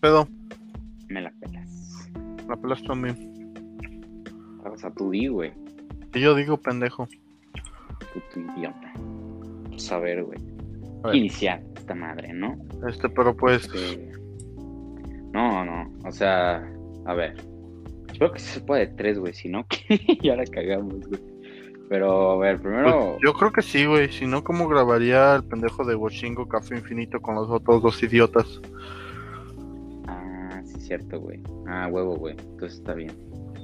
pedo? Me la pelas. La pelas tú a mí. O sea, tú di, güey. Y yo digo, pendejo. Tú idiota. Pues a ver, güey. A ver. Iniciar esta madre, ¿no? Pero pues... No. O sea, a ver. Espero que se pueda de 3, güey. Si no, ya la cagamos, güey. Pero, a ver, primero... Pues, yo creo que sí, güey. Si no, ¿cómo grabaría el pendejo de Bochingo Café Infinito con los otros dos idiotas? Ah, sí, cierto, güey. Ah, huevo, güey. Entonces está bien.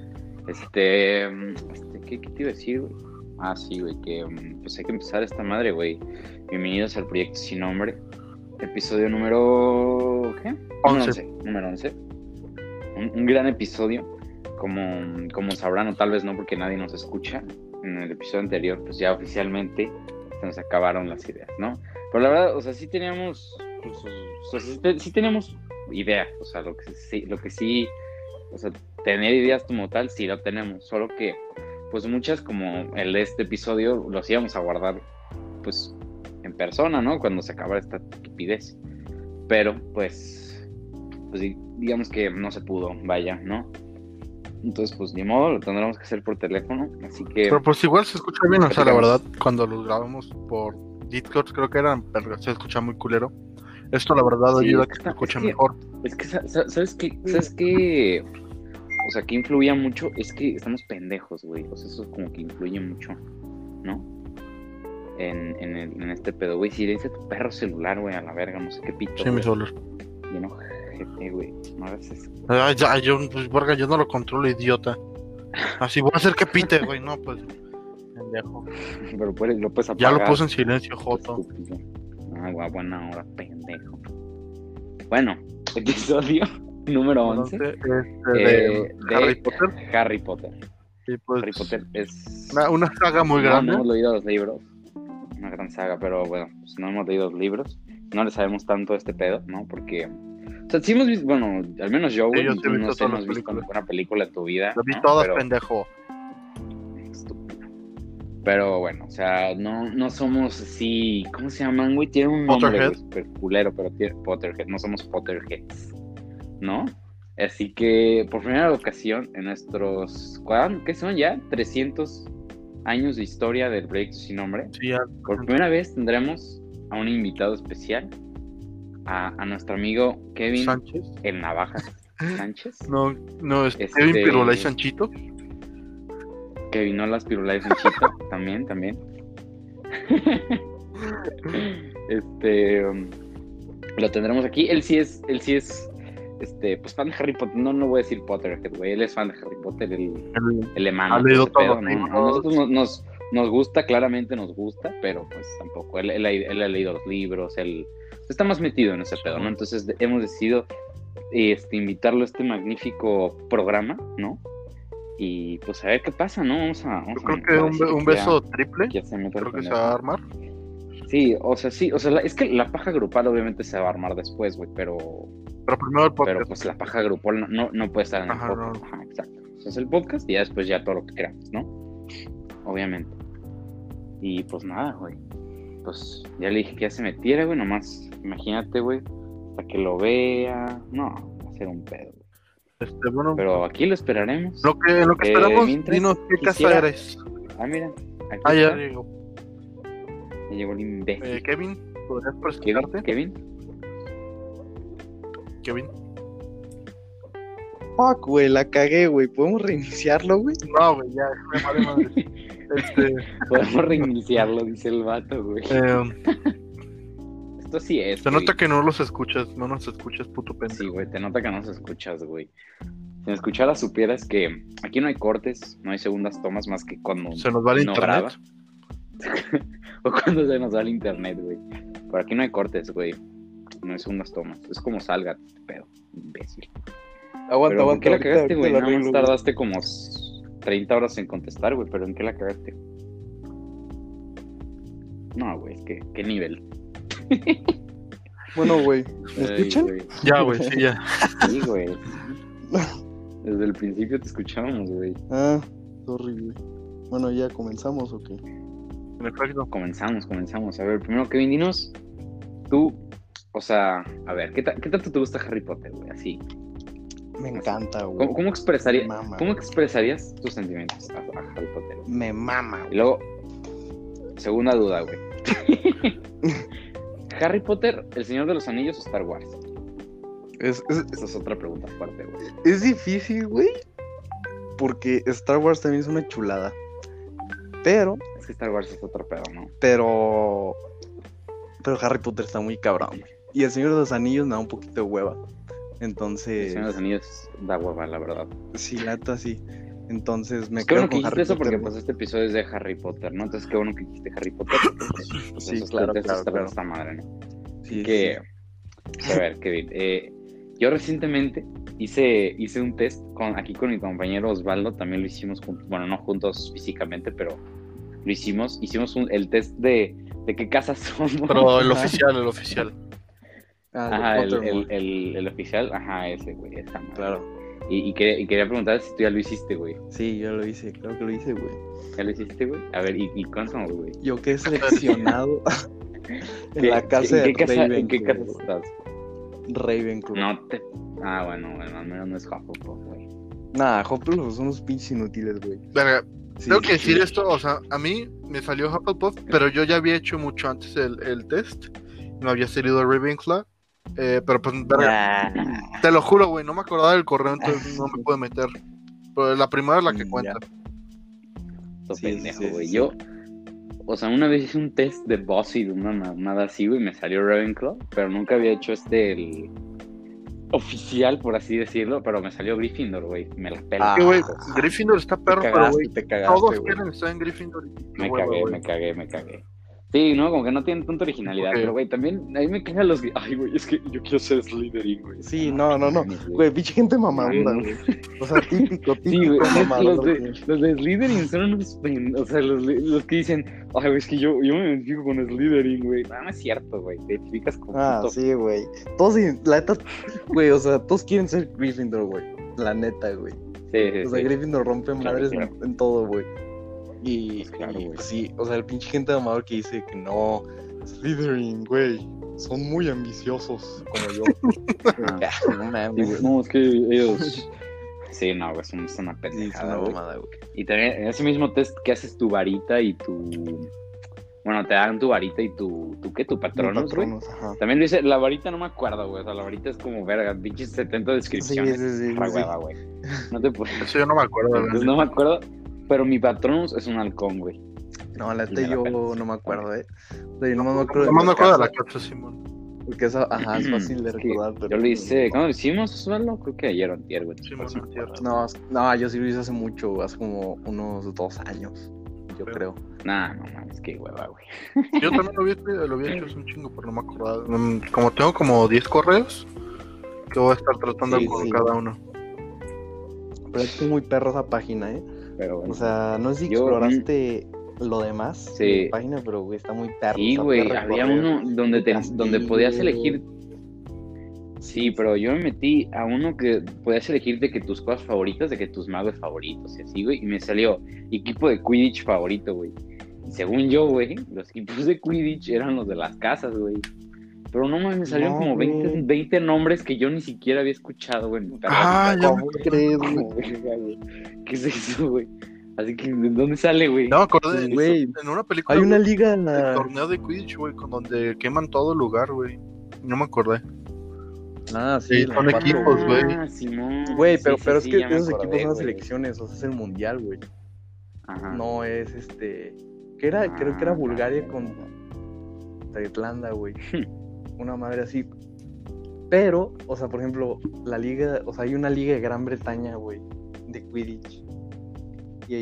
¿Qué te iba a decir, güey? Ah, sí, güey, que pues hay que empezar esta madre, güey. Bienvenidos al Proyecto Sin Nombre. Episodio número... ¿qué? 11. Número 11. Un gran episodio. Como sabrán, o tal vez no, porque nadie nos escucha. En el episodio anterior, pues ya oficialmente se nos acabaron las ideas, ¿no? Pero la verdad, o sea, sí teníamos... sí teníamos ideas. O sea, lo que sí... O sea, tener ideas como tal, sí lo tenemos. Solo que, pues muchas, como el de este episodio, los íbamos a guardar, pues, en persona, ¿no? Cuando se acabara esta estupidez. Pero, pues digamos que no se pudo, vaya, ¿no? Entonces, pues, ni modo, lo tendremos que hacer por teléfono. Así que... Pero pues igual se escucha bien, o sea, la verdad, cuando los grabamos por Discord, creo que pero se escucha muy culero. Esto, la verdad, sí, ayuda a que se escuche mejor. Es que, ¿sabes qué? O sea, que influía mucho, es que estamos pendejos, güey. O sea, eso como que influye mucho, ¿no? En este pedo, güey. Si le dice tu perro celular, güey, a la verga, no sé qué pito. Sí, mi celular. Y no, gente, güey, no hagas eso. Ay, ya, verga, yo no lo controlo, idiota. Así voy a hacer que pite, güey, no, pues, pendejo. Pero lo puedes apagar. Ya lo puse en silencio, joto. Estúpido. Ah, güey, buena hora, pendejo. Bueno, episodio número 11 de Harry Potter. Harry Potter. Sí, pues, Harry Potter es una saga muy grande. No hemos leído los libros, una gran saga, pero bueno, pues no hemos leído los libros, no le sabemos tanto a este pedo, ¿no? Porque, o sea, sí hemos visto, bueno, al menos yo, güey, sí, no sé, no has visto una película en tu vida. Lo vi todas, pendejo. Estúpido. Pero bueno, o sea, no somos así, ¿cómo se llaman, güey? Tienen un nombre, güey, super culero, pero tiene Potterhead, no somos Potterheads, ¿no? Así que, por primera ocasión, en nuestros, ¿qué son ya? 300 años de historia del Proyecto Sin Nombre. Sí, ya. Por primera vez tendremos a un invitado especial, a nuestro amigo Kevin Sánchez. El Navajas Sánchez. No, es Kevin Pirulay Sanchito. Kevin Olas Pirulay Sanchito, también. Lo tendremos aquí. Él sí es pues fan de Harry Potter. No voy a decir Potterhead, güey. Él es fan de Harry Potter, el emano. Ha leído todo, ¿no? A nosotros nos gusta, claramente nos gusta, pero pues tampoco. Él ha leído los libros, él está más metido en ese pedo, ¿no? Entonces hemos decidido invitarlo a este magnífico programa, ¿no? Y pues a ver qué pasa, ¿no? Yo creo que un beso triple. Creo que se va a armar. Sí, es que la paja grupal obviamente se va a armar después, güey, pero primero el podcast. Pero pues la paja grupal no puede estar en el podcast. No. Ajá, exacto. Entonces el podcast y ya después ya todo lo que queramos, ¿no? Obviamente. Y pues nada, güey. Pues ya le dije que ya se metiera, güey, nomás imagínate, güey, para que lo vea. No, va a ser un pedo, güey. Bueno, pero aquí lo esperaremos. Lo que esperamos, dinos qué casa eres. Ah, mira. Aquí ya llegó. Ya llegó el imbécil. Kevin, ¿podrías presentarte? Kevin. Fuck, güey, la cagué, güey. ¿Podemos reiniciarlo, güey? No, güey, ya, madre. Podemos reiniciarlo, dice el vato, güey. Esto sí es. Se nota que no nos escuchas, puto pendejo. Sí, güey, te nota que no nos escuchas, güey. Si me escucharas, supieras que aquí no hay cortes, no hay segundas tomas más que cuando se nos va el internet. O cuando se nos va el internet, güey. Por aquí no hay cortes, güey. No hay segundas tomas. Es como salga, pedo, imbécil. Aguanta. ¿En qué la cagaste, güey? Nada más tardaste como 30 horas en contestar, güey. ¿Pero en qué la cagaste? No, güey, es que, ¿qué nivel? Bueno, güey, ¿me escuchan? Güey. Ya, güey, sí, ya. Sí, güey. Desde el principio te escuchábamos, güey. Ah, sorry, güey. Bueno, ¿ya comenzamos o qué? Comenzamos. A ver, primero, Kevin, dinos tú, O sea, a ver, ¿qué tanto te gusta Harry Potter, güey? Así. Me encanta, güey. ¿Cómo Me mama, ¿cómo güey. expresarías tus sentimientos a Harry Potter? Me mama, Y güey. luego, segunda duda, güey. ¿Harry Potter, El Señor de los Anillos o Star Wars? Esa es otra pregunta fuerte, güey. Es difícil, güey. Porque Star Wars también es una chulada. Pero Es que Star Wars es otro pedo, ¿no? Pero Harry Potter está muy cabrón, güey. Y el Señor de los Anillos me da un poquito de hueva. El Entonces, Señor de los Anillos da hueva, la verdad. sí, la neta sí. Entonces me Es que quedo bueno que con dijiste Harry eso Potter. porque güey. pues este episodio es de Harry Potter, ¿no? Entonces qué bueno que dijiste Harry Potter. Porque, pues, Sí, eso es claro, eso claro, está claro. esta madre, ¿no? Sí, Que, a ver, Kevin, yo recientemente hice un test aquí con mi compañero Osvaldo, también lo hicimos juntos, bueno, no juntos físicamente, pero lo hicimos el test de qué casa somos. Pero el Ajá. oficial. Ajá, el Pottermore. el oficial, ajá, ese, güey, esa madre. Claro. Y quería preguntar si tú ya lo hiciste, güey. Sí, yo lo hice, creo que lo hice, güey. ¿Ya lo hiciste, güey? A ver, ¿y cuánto, güey? Yo quedé seleccionado en la casa de ¿En qué Ravenclaw. casa güey. estás? Ravenclaw. No te... Ah, bueno, al menos no es Hufflepuff, güey. Nah, Hufflepuff son unos pinches inútiles, güey. Verga, Sí, tengo que sí, decir sí. esto, o sea, a mí me salió Hufflepuff, pero yo ya había hecho mucho antes el test. Me había salido Ravenclaw. Pero pues, verga, te lo juro, güey, no me acordaba del correo, entonces no me pude meter. Pero la primera es la que Ya. cuenta. Esto Sí, pendejo, sí, sí, güey. sí. Yo, o sea, una vez hice un test de BuzzFeed, nada así, güey, me salió Ravenclaw, pero nunca había hecho el oficial, por así decirlo, pero me salió Gryffindor, güey. Me la pela. Ah, Que, güey, ah, Gryffindor está Te perro, pero, cagaste, güey, te cagaste, todos güey. quieren estar en Gryffindor. Me cagué. Sí, no, como que no tienen tanta originalidad, Ok. pero güey, también ahí me cagan los... Ay, güey, es que yo quiero ser Slytherin, güey. Sí, no. mames, Güey, pinche gente mamadura, No. güey. O sea, típico Sí, güey, mamador. los de Slytherin son unos o sea, los que dicen, ay, güey, es que yo me identifico con Slytherin, güey. No es cierto, güey, te identificas con puto. Sí, güey. Todos, la neta, güey, o sea, todos quieren ser Gryffindor, güey. La neta, güey. Sí, O sea, Gryffindor rompe Claro, madres claro. En todo, güey. Y, Pues claro, y, güey. pues, sí, o sea, el pinche gente mamador que dice que no, Slytherin, güey, son muy ambiciosos, como yo. No Sí, mames. güey, no, es que ellos... Sí, no, güey, es una Sí, es pendejada, una güey. mamada, güey. Y también en ese mismo test que haces tu varita y tu... Bueno, te dan tu varita y tu ¿qué? Tu Patronus, güey. Ajá. También lo hice, la varita no me acuerdo, güey. O sea, la varita es como verga, pinches 70 descripciones. Sí. Hueva, güey. No te puedo. Eso yo no me acuerdo. Entonces no me acuerdo. Pero mi Patronus es un halcón, güey. No, la Y neta me la yo pelas. no me acuerdo, O sea, yo no me acuerdo No me las acuerdo de la casas, casa, Simón. porque eso, ajá, es fácil de Es que recordar, pero... Yo lo hice. ¿Cuándo lo hicimos, Osvaldo? Creo que ayer o antier, güey. Simón, Sí, me entiendo. acuerdo. No, yo sí lo hice hace mucho, hace como unos 2 años, yo creo. Nah, no mames, qué hueva, güey. Yo también lo había hecho hace un chingo, pero no me acordaba. Como tengo como 10 correos, que voy a estar tratando Sí, con sí. cada uno. Pero es muy perro esa página, Pero bueno. O sea, no sé si Yo- exploraste lo demás Sí. de la página, pero güey, está muy perro. Sí, o sea, güey, puedes había recorrer uno donde, el donde podías castillo. elegir. Sí, pero yo me metí a uno que podías elegir de que tus cosas favoritas, de que tus magos favoritos y así, güey, y me salió equipo de Quidditch favorito, güey. Y según yo, güey, los equipos de Quidditch eran los de las casas, güey. Pero no mames, me salieron No, como 20, güey. 20 nombres que yo ni siquiera había escuchado, güey. Ah, ya ¿Cómo crees, güey? Como verga, güey. ¿Qué es eso, güey? Así que, ¿de dónde sale, güey? No me acordé Pues, de güey, en una película. Hay una güey, liga en del la... torneo de Quidditch, güey, con donde queman todo el lugar, güey. No me acordé. Ah, Sí, sí, la son cuatro, equipos, güey. Ah, Simón. Güey, Sí, pero, sí, pero sí, es que ya me esos acordé, equipos son las güey. selecciones, o sea, es el mundial, güey. Ajá. No es ¿Qué era? Creo que era Ah, Bulgaria vale. contra Irlanda, güey. Una madre así. Pero, o sea, por ejemplo, la liga, o sea, hay una liga de Gran Bretaña, güey, de Quidditch. Y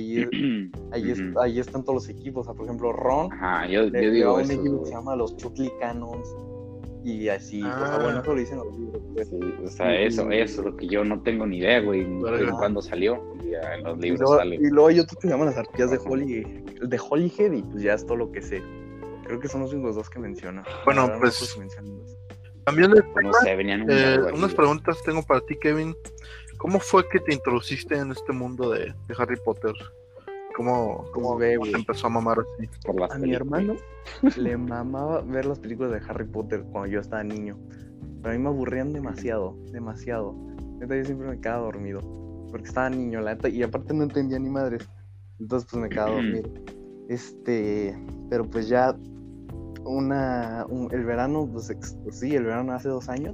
ahí están todos los equipos. O sea, por ejemplo, Ron Ajá, yo le digo va a un eso, equipo que güey. se llama los Chutley Cannons. Y así, o sea, Ah. bueno, eso lo dicen los libros, güey. Sí, o sea, eso es lo que yo no tengo ni idea, güey, de Ajá. cuándo salió. Y ya en los Y libros luego, sale. y luego hay otros que se llaman las arpías de Holyhead, y pues ya es todo lo que sé. Creo que son los únicos dos que menciona. Bueno, La verdad, no pues, sé si mencionan dos. También de No sé, venían un vergo ahí, unas güey. preguntas tengo para ti, Kevin. ¿Cómo fue que te introduciste en este mundo de Harry Potter? ¿Cómo ve, se güey. empezó a mamar así? Por las A mi películas. hermano le mamaba ver las películas de Harry Potter cuando yo estaba niño. Pero a mí me aburrían demasiado. Neta, yo siempre me quedaba dormido. Porque estaba niño, la neta, y aparte no entendía ni madres. Entonces, pues me quedaba dormido. Pero pues ya el verano, pues sí, el verano hace 2 años.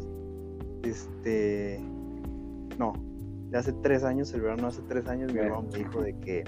No, ya hace 3 años, el verano hace 3 años, mi hermano me dijo de que,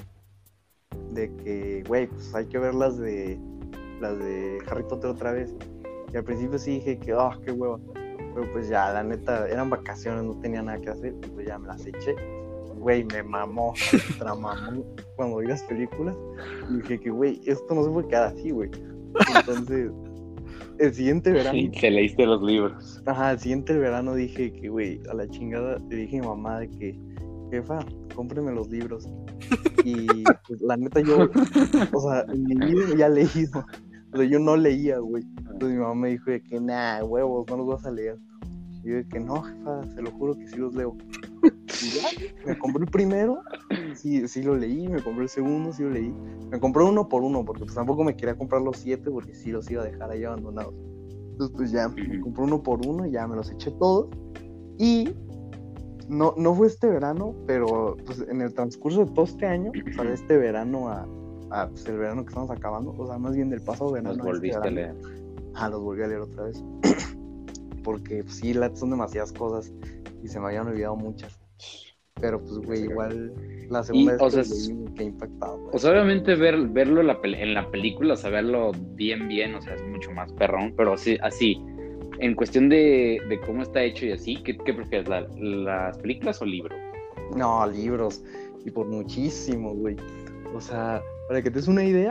güey, pues hay que ver las de Harry Potter otra vez. Y al principio sí dije que, qué hueva. Pero pues ya, la neta, eran vacaciones, no tenía nada que hacer. Y pues ya me las eché. Güey, me mamó, tramamó cuando vi las películas. Y dije que, güey, esto no se puede quedar así, güey. Entonces, el siguiente verano. Y te leíste los libros. Ajá, el siguiente verano dije que, güey, a la chingada, le dije a mi mamá de que, jefa, cómpreme los libros. Y pues la neta yo, o sea, en mi vida ya he leído. O sea, yo no leía, güey. Entonces mi mamá me dijo de que, nah, huevos, no los vas a leer. Y yo de que, no, jefa, se lo juro que sí los leo. Y ya, me compré el primero, sí lo leí, me compré el segundo, sí lo leí. Me compré uno por uno, porque pues tampoco me quería comprar los 7, porque sí los iba a dejar ahí abandonados. Entonces pues ya, me compré uno por uno, y ya me los eché todos. Y no fue este verano, pero pues en el transcurso de todo este año, o sea, de este verano a pues, el verano que estamos acabando, o sea, más bien del pasado verano. Los volviste a leer. Los volví a leer otra vez. Porque pues, sí, son demasiadas cosas y se me habían olvidado muchas. Pero pues, güey, igual la segunda vez que leí me quedé impactado. O sea, obviamente verlo en la película, o sea, verlo bien, o sea, es mucho más perrón, pero así, en cuestión de cómo está hecho y así, ¿qué prefieres, las películas o libros? No, libros, y por muchísimo, güey. O sea, para que te des una idea,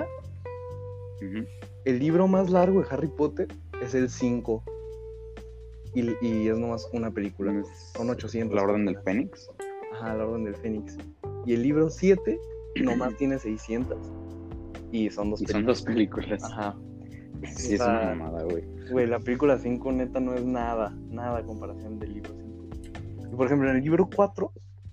el libro más largo de Harry Potter es el 5. Y es nomás una película. Son 800. ¿La Orden del Fénix? Ajá, La Orden del Fénix. Y el libro 7 nomás tiene 600. Y son 2 películas. Son 2 películas. Ajá. Sí, es una mamada, güey. Güey, la película 5 neta no es nada a comparación del libro 5. Y por ejemplo, en el libro 4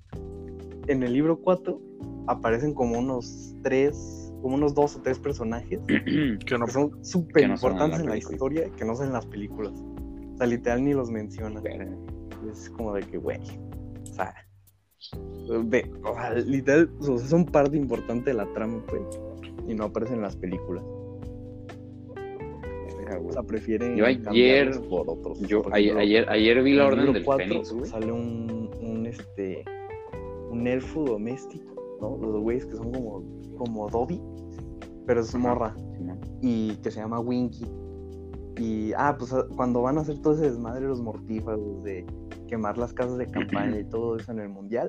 aparecen como unos 2 o 3 personajes que son súper importantes en la historia, que no son en las películas. O sea, literal ni los mencionan. Es como de que, güey, o sea, literal, o sea, son parte importante de la trama, pues, y no aparecen en las películas. O sea, prefieren ayer por otros. Ayer vi La Orden del 4, Fénix, güey. Sale un elfo doméstico, ¿no? Los güeyes que son como Dobby, pero es morra. Y que se llama Winky. Y, pues cuando van a hacer todo ese desmadre los mortífagos de quemar las casas de campaña y todo eso en el mundial,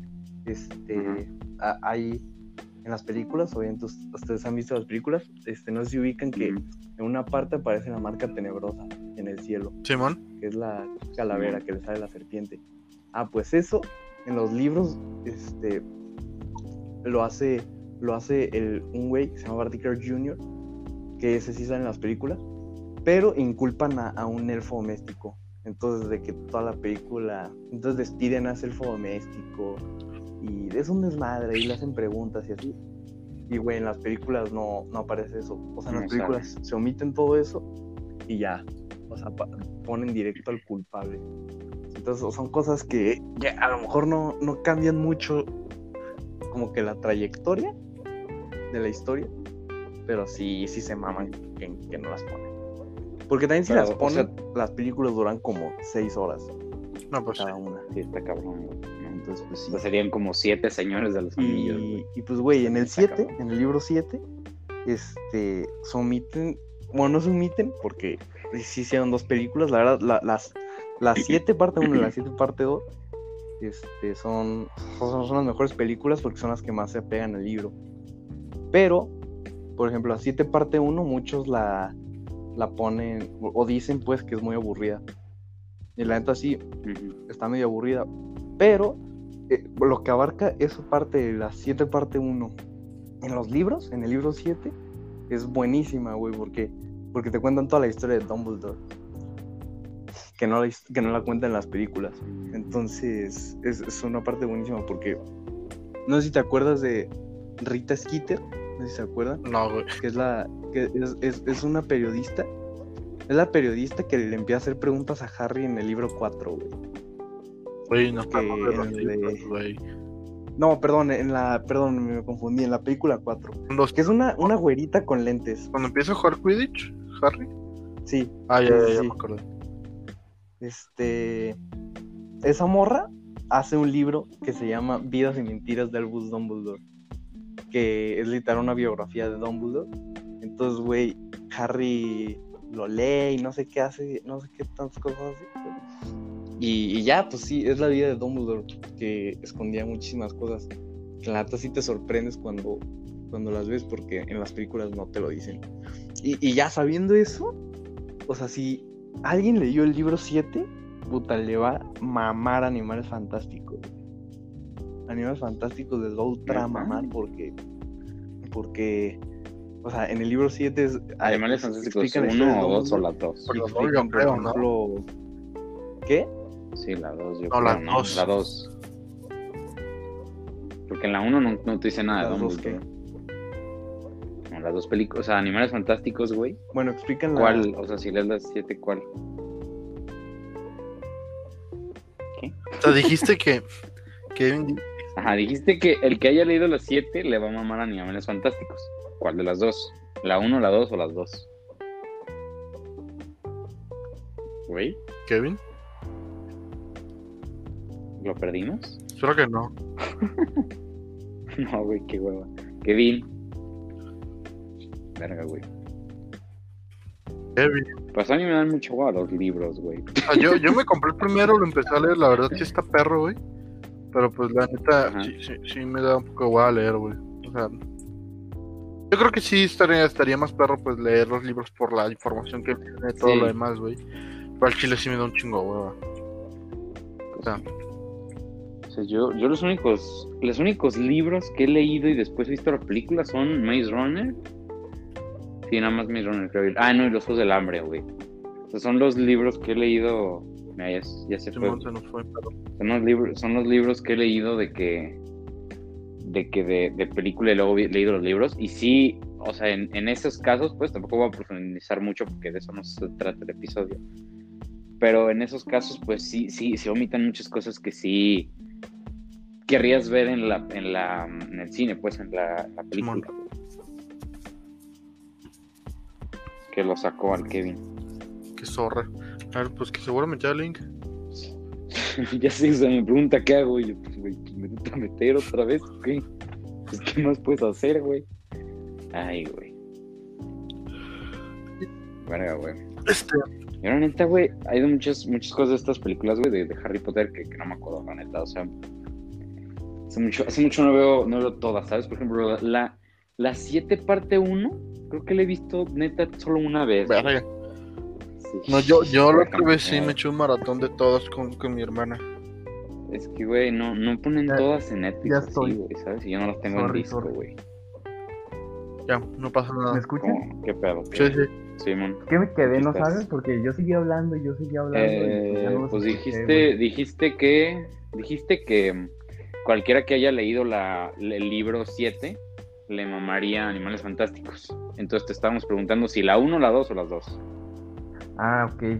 hay en las películas, obviamente ustedes han visto las películas, no sé si ubican que en una parte aparece la marca tenebrosa en el cielo. Simón. Que es la calavera que le sale la serpiente. Pues eso, en los libros, lo hace un güey que se llama Barty Crouch Jr., que ese sí sale en las películas, pero inculpan a un elfo doméstico. Entonces, de que toda la película, entonces despiden a ese elfo doméstico y es un desmadre y le hacen preguntas y así. Y güey, en las películas no aparece eso. O sea, en las películas se omiten todo eso y ya, o sea, ponen directo al culpable. Entonces son cosas que a lo mejor no cambian mucho como que la trayectoria de la historia, pero sí se maman que no las ponen. Porque también si las ponen, las películas duran como 6 horas. No, pues cada una. Sí, está cabrón, güey. Entonces, pues sí. O sea, serían como 7 señores de los anillos, güey. Y pues, güey, en el 7, en el libro 7, se omiten, bueno, no se omiten porque sí hicieron 2 películas, la verdad, las 7 parte 1 y las 7 parte 2, son las mejores películas porque son las que más se apegan al libro. Pero, por ejemplo, la 7 parte 1, muchos la ponen o dicen pues que es muy aburrida. Y la neta sí, está medio aburrida. Pero lo que abarca esa parte de la 7 parte 1 en los libros, en el libro 7, es buenísima, güey, porque te cuentan toda la historia de Dumbledore. Que no la cuentan en las películas. Entonces, es una parte buenísima porque no sé si te acuerdas de Rita Skeeter, no sé si se acuerdan, No, güey. que es una periodista. Es la periodista que le empieza a hacer preguntas a Harry en el libro 4, güey. Güey, no Que estamos de los en el libros, de- güey. No, perdón, me confundí, en la película 4. Los- Que es una güerita con lentes. Cuando empieza a jugar Quidditch, Harry. Sí. Ah, ya, Sí, ya, sí. me acordé. Esa morra hace un libro que se llama Vidas y Mentiras de Albus Dumbledore, que es literal una biografía de Dumbledore. Entonces, güey, Harry lo lee y no sé qué hace, no sé qué tantas cosas hace. Y ya, pues sí, es la vida de Dumbledore, que escondía muchísimas cosas. Que la neta sí te sorprendes cuando las ves, porque en las películas no te lo dicen. Y ya sabiendo eso, o sea, si alguien leyó el libro 7, puta, le va a mamar Animales Fantásticos. Animales Fantásticos les va a ultra mamar porque, o sea, en el libro 7 es... Animales Fantásticos explican la historia de 1 o 2 o Dumbledore. la 2. Por los dos, Explican, yo creo, por ejemplo, ¿qué? Sí, la 2, yo No, creo, la ¿no? 2. La 2. Porque en la 1 no te dice nada de ¿Las dos Dumbledore. No, las dos películas, o sea, Animales Fantásticos, güey. Bueno, explican la... ¿Cuál? O sea, si lees las 7, ¿cuál? O sea, dijiste que Ajá, dijiste que el que haya leído las 7 le va a mamar a Animales Fantásticos. ¿Cuál de las dos? ¿La 1, la 2 o las 2? Güey, Kevin. ¿lo perdimos? Espero que no. No, güey, qué hueva. Kevin. Verga, güey. Kevin. Pues a mí me dan mucho hueva los libros, güey. O sea, yo me compré el primero, lo empecé a leer, la verdad sí está perro, güey. Pero pues la neta, Ajá. sí me da un poco de hueva leer, güey. O sea, yo creo que sí estaría más perro pues leer los libros por la información que tiene todo Sí. lo demás, güey. Pero al chile sí me da un chingo de hueva. O sea, O sea, yo los únicos libros que he leído y después he visto la película son Maze Runner. Sí, nada más Maze Runner, creo. Ah, no, y Los Juegos del Hambre, güey. O sea, son los libros que he leído. Mira, ya se fue. Simón se nos fue, pero... Son los libros que he leído de película y luego he leído los libros. Y sí, o sea, en esos casos, pues tampoco voy a profundizar mucho porque de eso no se trata el episodio. Pero en esos casos, pues sí, se omitan muchas cosas que sí querrías ver en el cine, pues en la película. Que lo sacó al Kevin. Qué zorra. A ver, pues que seguramente ya link. Ya sé, o sea, me pregunta qué hago. Y yo, pues, güey, ¿me tengo que meter otra vez? ¿Qué? Pues, ¿qué más puedes hacer, güey? Ay, güey. Verga, güey. Y la neta, güey, ha ido muchas cosas de estas películas, güey, de Harry Potter que no me acuerdo, la neta. O sea, hace mucho no veo todas, ¿sabes? Por ejemplo, la 7 parte 1, creo que la he visto, neta, solo una vez. Verga. Sí. No, yo la otra vez sí Ay, me eché un maratón de todas con mi hermana. Es que, güey, no ponen Ya- todas en Netflix, ya así, estoy. güey, ¿sabes? Y yo no las tengo en Sorry, disco, sorry. güey. Ya, no pasa ¿Me nada. escuchan? ¿Cómo? ¿Qué pedo? Sí, sí. Simón. ¿Qué me quedé? Aquí ¿No estás. sabes? Porque yo seguía hablando y pues ya no los Pues escuché, güey. dijiste que cualquiera que haya leído el libro 7 le mamaría Animales Fantásticos. Entonces te estábamos preguntando si la 1, la 2 o las 2. Ah, ok.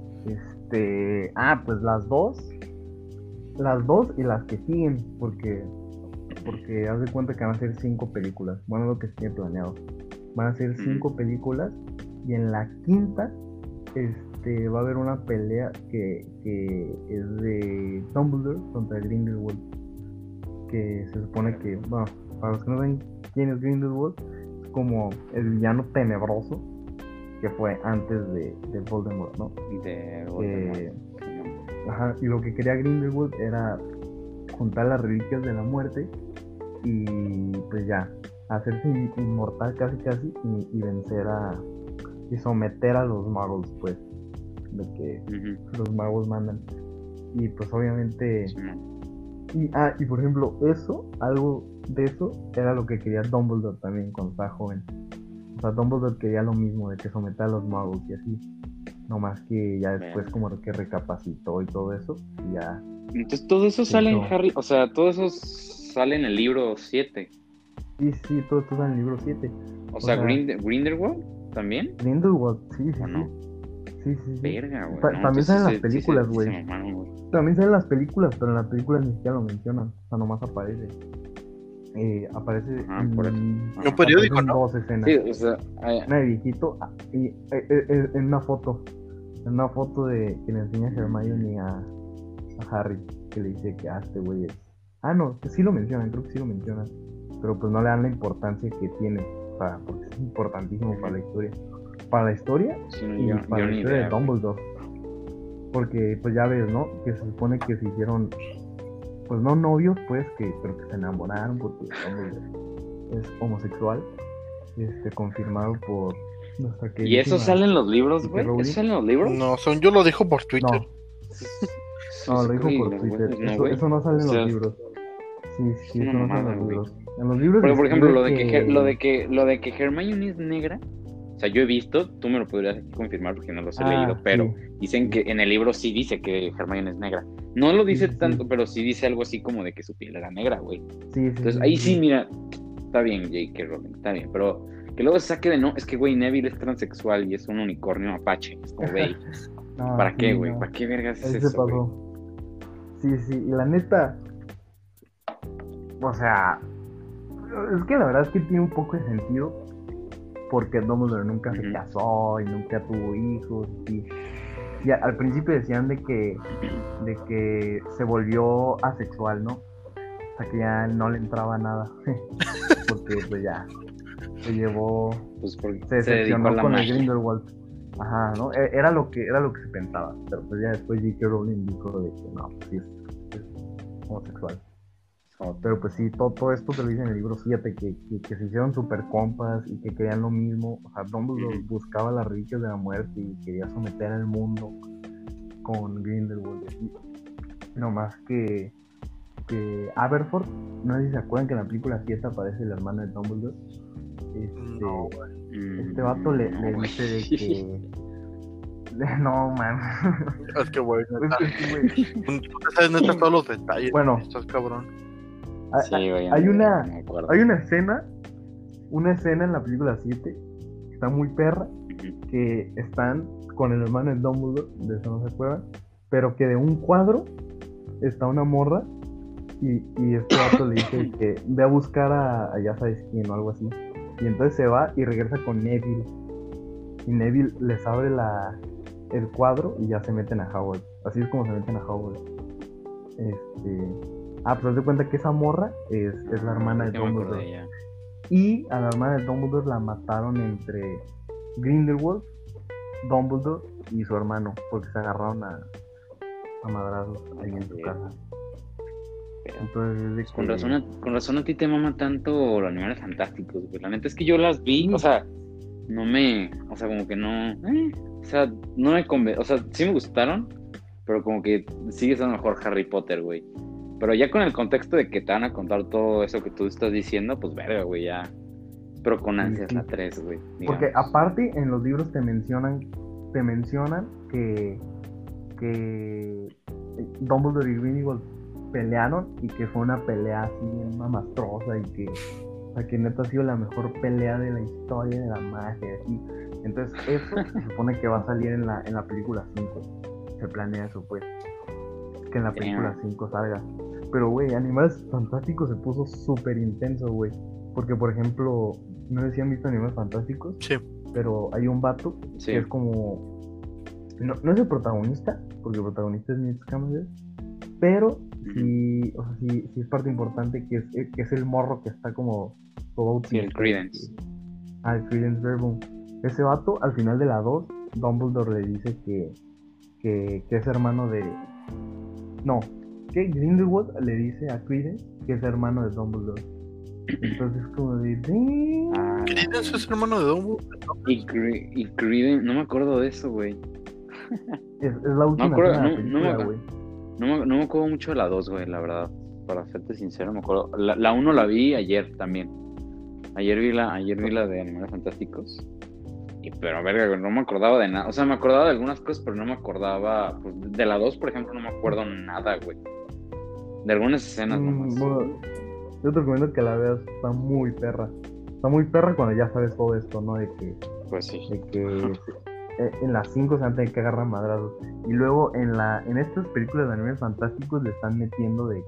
Pues las dos y las que siguen, porque haz de cuenta que van a ser 5 películas. Bueno, lo que se tiene planeado. Van a ser 5 películas y en la quinta va a haber una pelea que es de Dumbledore contra Grindelwald, que se supone que, bueno, para los que no saben quién es Grindelwald, es como el villano tenebroso que fue antes de Voldemort, ¿no? De Voldemort. Ajá, y lo que quería Grindelwald era juntar las reliquias de la muerte y pues ya, hacerse inmortal casi y vencer y someter a los magos, pues, de que los magos mandan. Y pues obviamente... Y por ejemplo, algo de eso era lo que quería Dumbledore también cuando estaba joven. O sea, Dumbledore quería lo mismo, de que someter a los magos y así. No más que ya después como que recapacitó y todo eso, y ya... Entonces todo eso sale en Harry, o sea, todo eso sale en el libro 7. Sí, todo esto está en el libro 7. O sea, Grindelwald también. Grindelwald, sí. ¿O no? Sí. Verga, güey. También entonces salen las sí películas, güey. se mamaron, güey. También salen las películas, pero en las películas ni siquiera lo mencionan. O sea, nomás aparece. Aparece Ajá, por eso. En un periódico, aparecen ¿no? 2 escenas. Sí, o sea, Una de viejito y en una foto. En una foto de que le enseña Hermione a Harry. Que le dice que este güey es. No, que sí lo mencionan, creo que sí lo mencionan. Pero pues no le dan la importancia que tiene. O sea, porque es importantísimo para la historia. Para la historia sí, no, y yo para la ni historia idea, de Dumbledore. Porque pues ya ves, ¿no? Que se supone que se hicieron, pues no novios, pues, pero que se enamoraron porque Dumbledore es homosexual, confirmado por nuestra ¿Y queridísima eso sale en los libros, J.K. güey? Rowling. ¿Eso sale en los libros? No, son yo lo dijo por Twitter. No, lo dijo por Twitter. Eso no sale en los libros. Sí, eso no sale en los libros. En los libros. Porque, por ejemplo, lo de que que Hermione es negra, o sea, yo he visto, tú me lo podrías confirmar porque no los he leído, pero dicen que en el libro sí dice que Hermione es negra. No lo dice tanto, pero sí dice algo así como de que su piel era negra, güey. Entonces, ahí sí, mira, está bien, J.K. Rowling, está bien, pero que luego se saque de no, es que, güey, Neville es transexual y es un unicornio apache. Es como, güey, ¿para qué, güey? ¿Para qué vergas es eso, güey? Sí, y la neta, o sea, es que la verdad es que tiene un poco de sentido, porque Dumbledore nunca se casó y nunca tuvo hijos, y al principio decían de que se volvió asexual, ¿no? O sea, que ya no le entraba nada, porque pues ya se llevó, pues porque se decepcionó con el Grindelwald. Ajá, ¿no? Era lo que se pensaba, pero pues ya después J.K. Rowling dijo de que no, pues sí es homosexual. Pero pues sí, todo esto te lo dice en el libro 7, que se hicieron super compas y que querían lo mismo. O sea, Dumbledore buscaba las reliquias de la muerte y quería someter al mundo con Grindelwald. No más que Aberforth, no sé si se acuerdan que en la película 7 aparece la hermana de Dumbledore. Este vato le dice de que... No, man. Es que, güey, tú sabes neta todos los detalles. Bueno, estás cabrón. Sí, güey, hay una escena en la película 7 que está muy perra, que están con el hermano de Dumbledore, de eso no se acuerdan, pero que de un cuadro está una morra y este vato le dice que ve a buscar a ya sabes quién o algo así, y entonces se va y regresa con Neville y Neville les abre el cuadro y ya se meten a Hogwarts. Así es como se meten a Hogwarts. Pero haz de cuenta que esa morra es la hermana de Dumbledore. Y a la hermana de Dumbledore la mataron entre Grindelwald, Dumbledore y su hermano, porque se agarraron a madrazos ahí en su casa. Entonces, con razón a ti te mama tanto los Animales Fantásticos, güey. La neta es que yo las vi, o sea, como que no, o sea, no me convenció, o sea, sí me gustaron, pero como que sigue siendo mejor Harry Potter, güey. Pero ya con el contexto de que te van a contar todo eso que tú estás diciendo, pues verga, güey, ya. Pero con ansias la 3, güey. Porque aparte en los libros te mencionan que Dumbledore y Grindelwald pelearon y que fue una pelea así bien mamastrosa y que neta ha sido la mejor pelea de la historia de la magia, así. Entonces eso se supone que va a salir en la película 5. Se planea eso, pues, que en la película 5 salga. Pero, güey, Animales Fantásticos se puso súper intenso, güey. Porque, por ejemplo, no sé si han visto Animales Fantásticos. Sí. Pero hay un vato que es como... No es el protagonista, porque el protagonista es Newt Scamander. Pero sí, o sea, sí es parte importante, que es el morro que está como... Sí, el Credence. El Credence Verbum. Ese vato, al final de la 2, Dumbledore le dice que es hermano de... No, que Grindelwald le dice a Credence que es hermano de Dumbledore. Entonces como de... ¿Credence es hermano de Dumbledore? Y Credence, no me acuerdo de eso, güey. Es la última película, güey. No me acuerdo mucho de la 2, güey, la verdad. Para serte sincero, me acuerdo. La 1 la vi ayer también. Ayer vi la de Animales Fantásticos. Pero, verga, güey, no me acordaba de nada. O sea, me acordaba de algunas cosas, pero no me acordaba... Pues, de la 2, por ejemplo, no me acuerdo nada, güey. De algunas escenas nomás. Yo te recomiendo que la veas, está muy perra. Está muy perra cuando ya sabes todo esto, ¿no? Pues sí. De que en las 5 se van a tener que agarrar madrazos. Y luego en estas películas de animes fantásticos le están metiendo de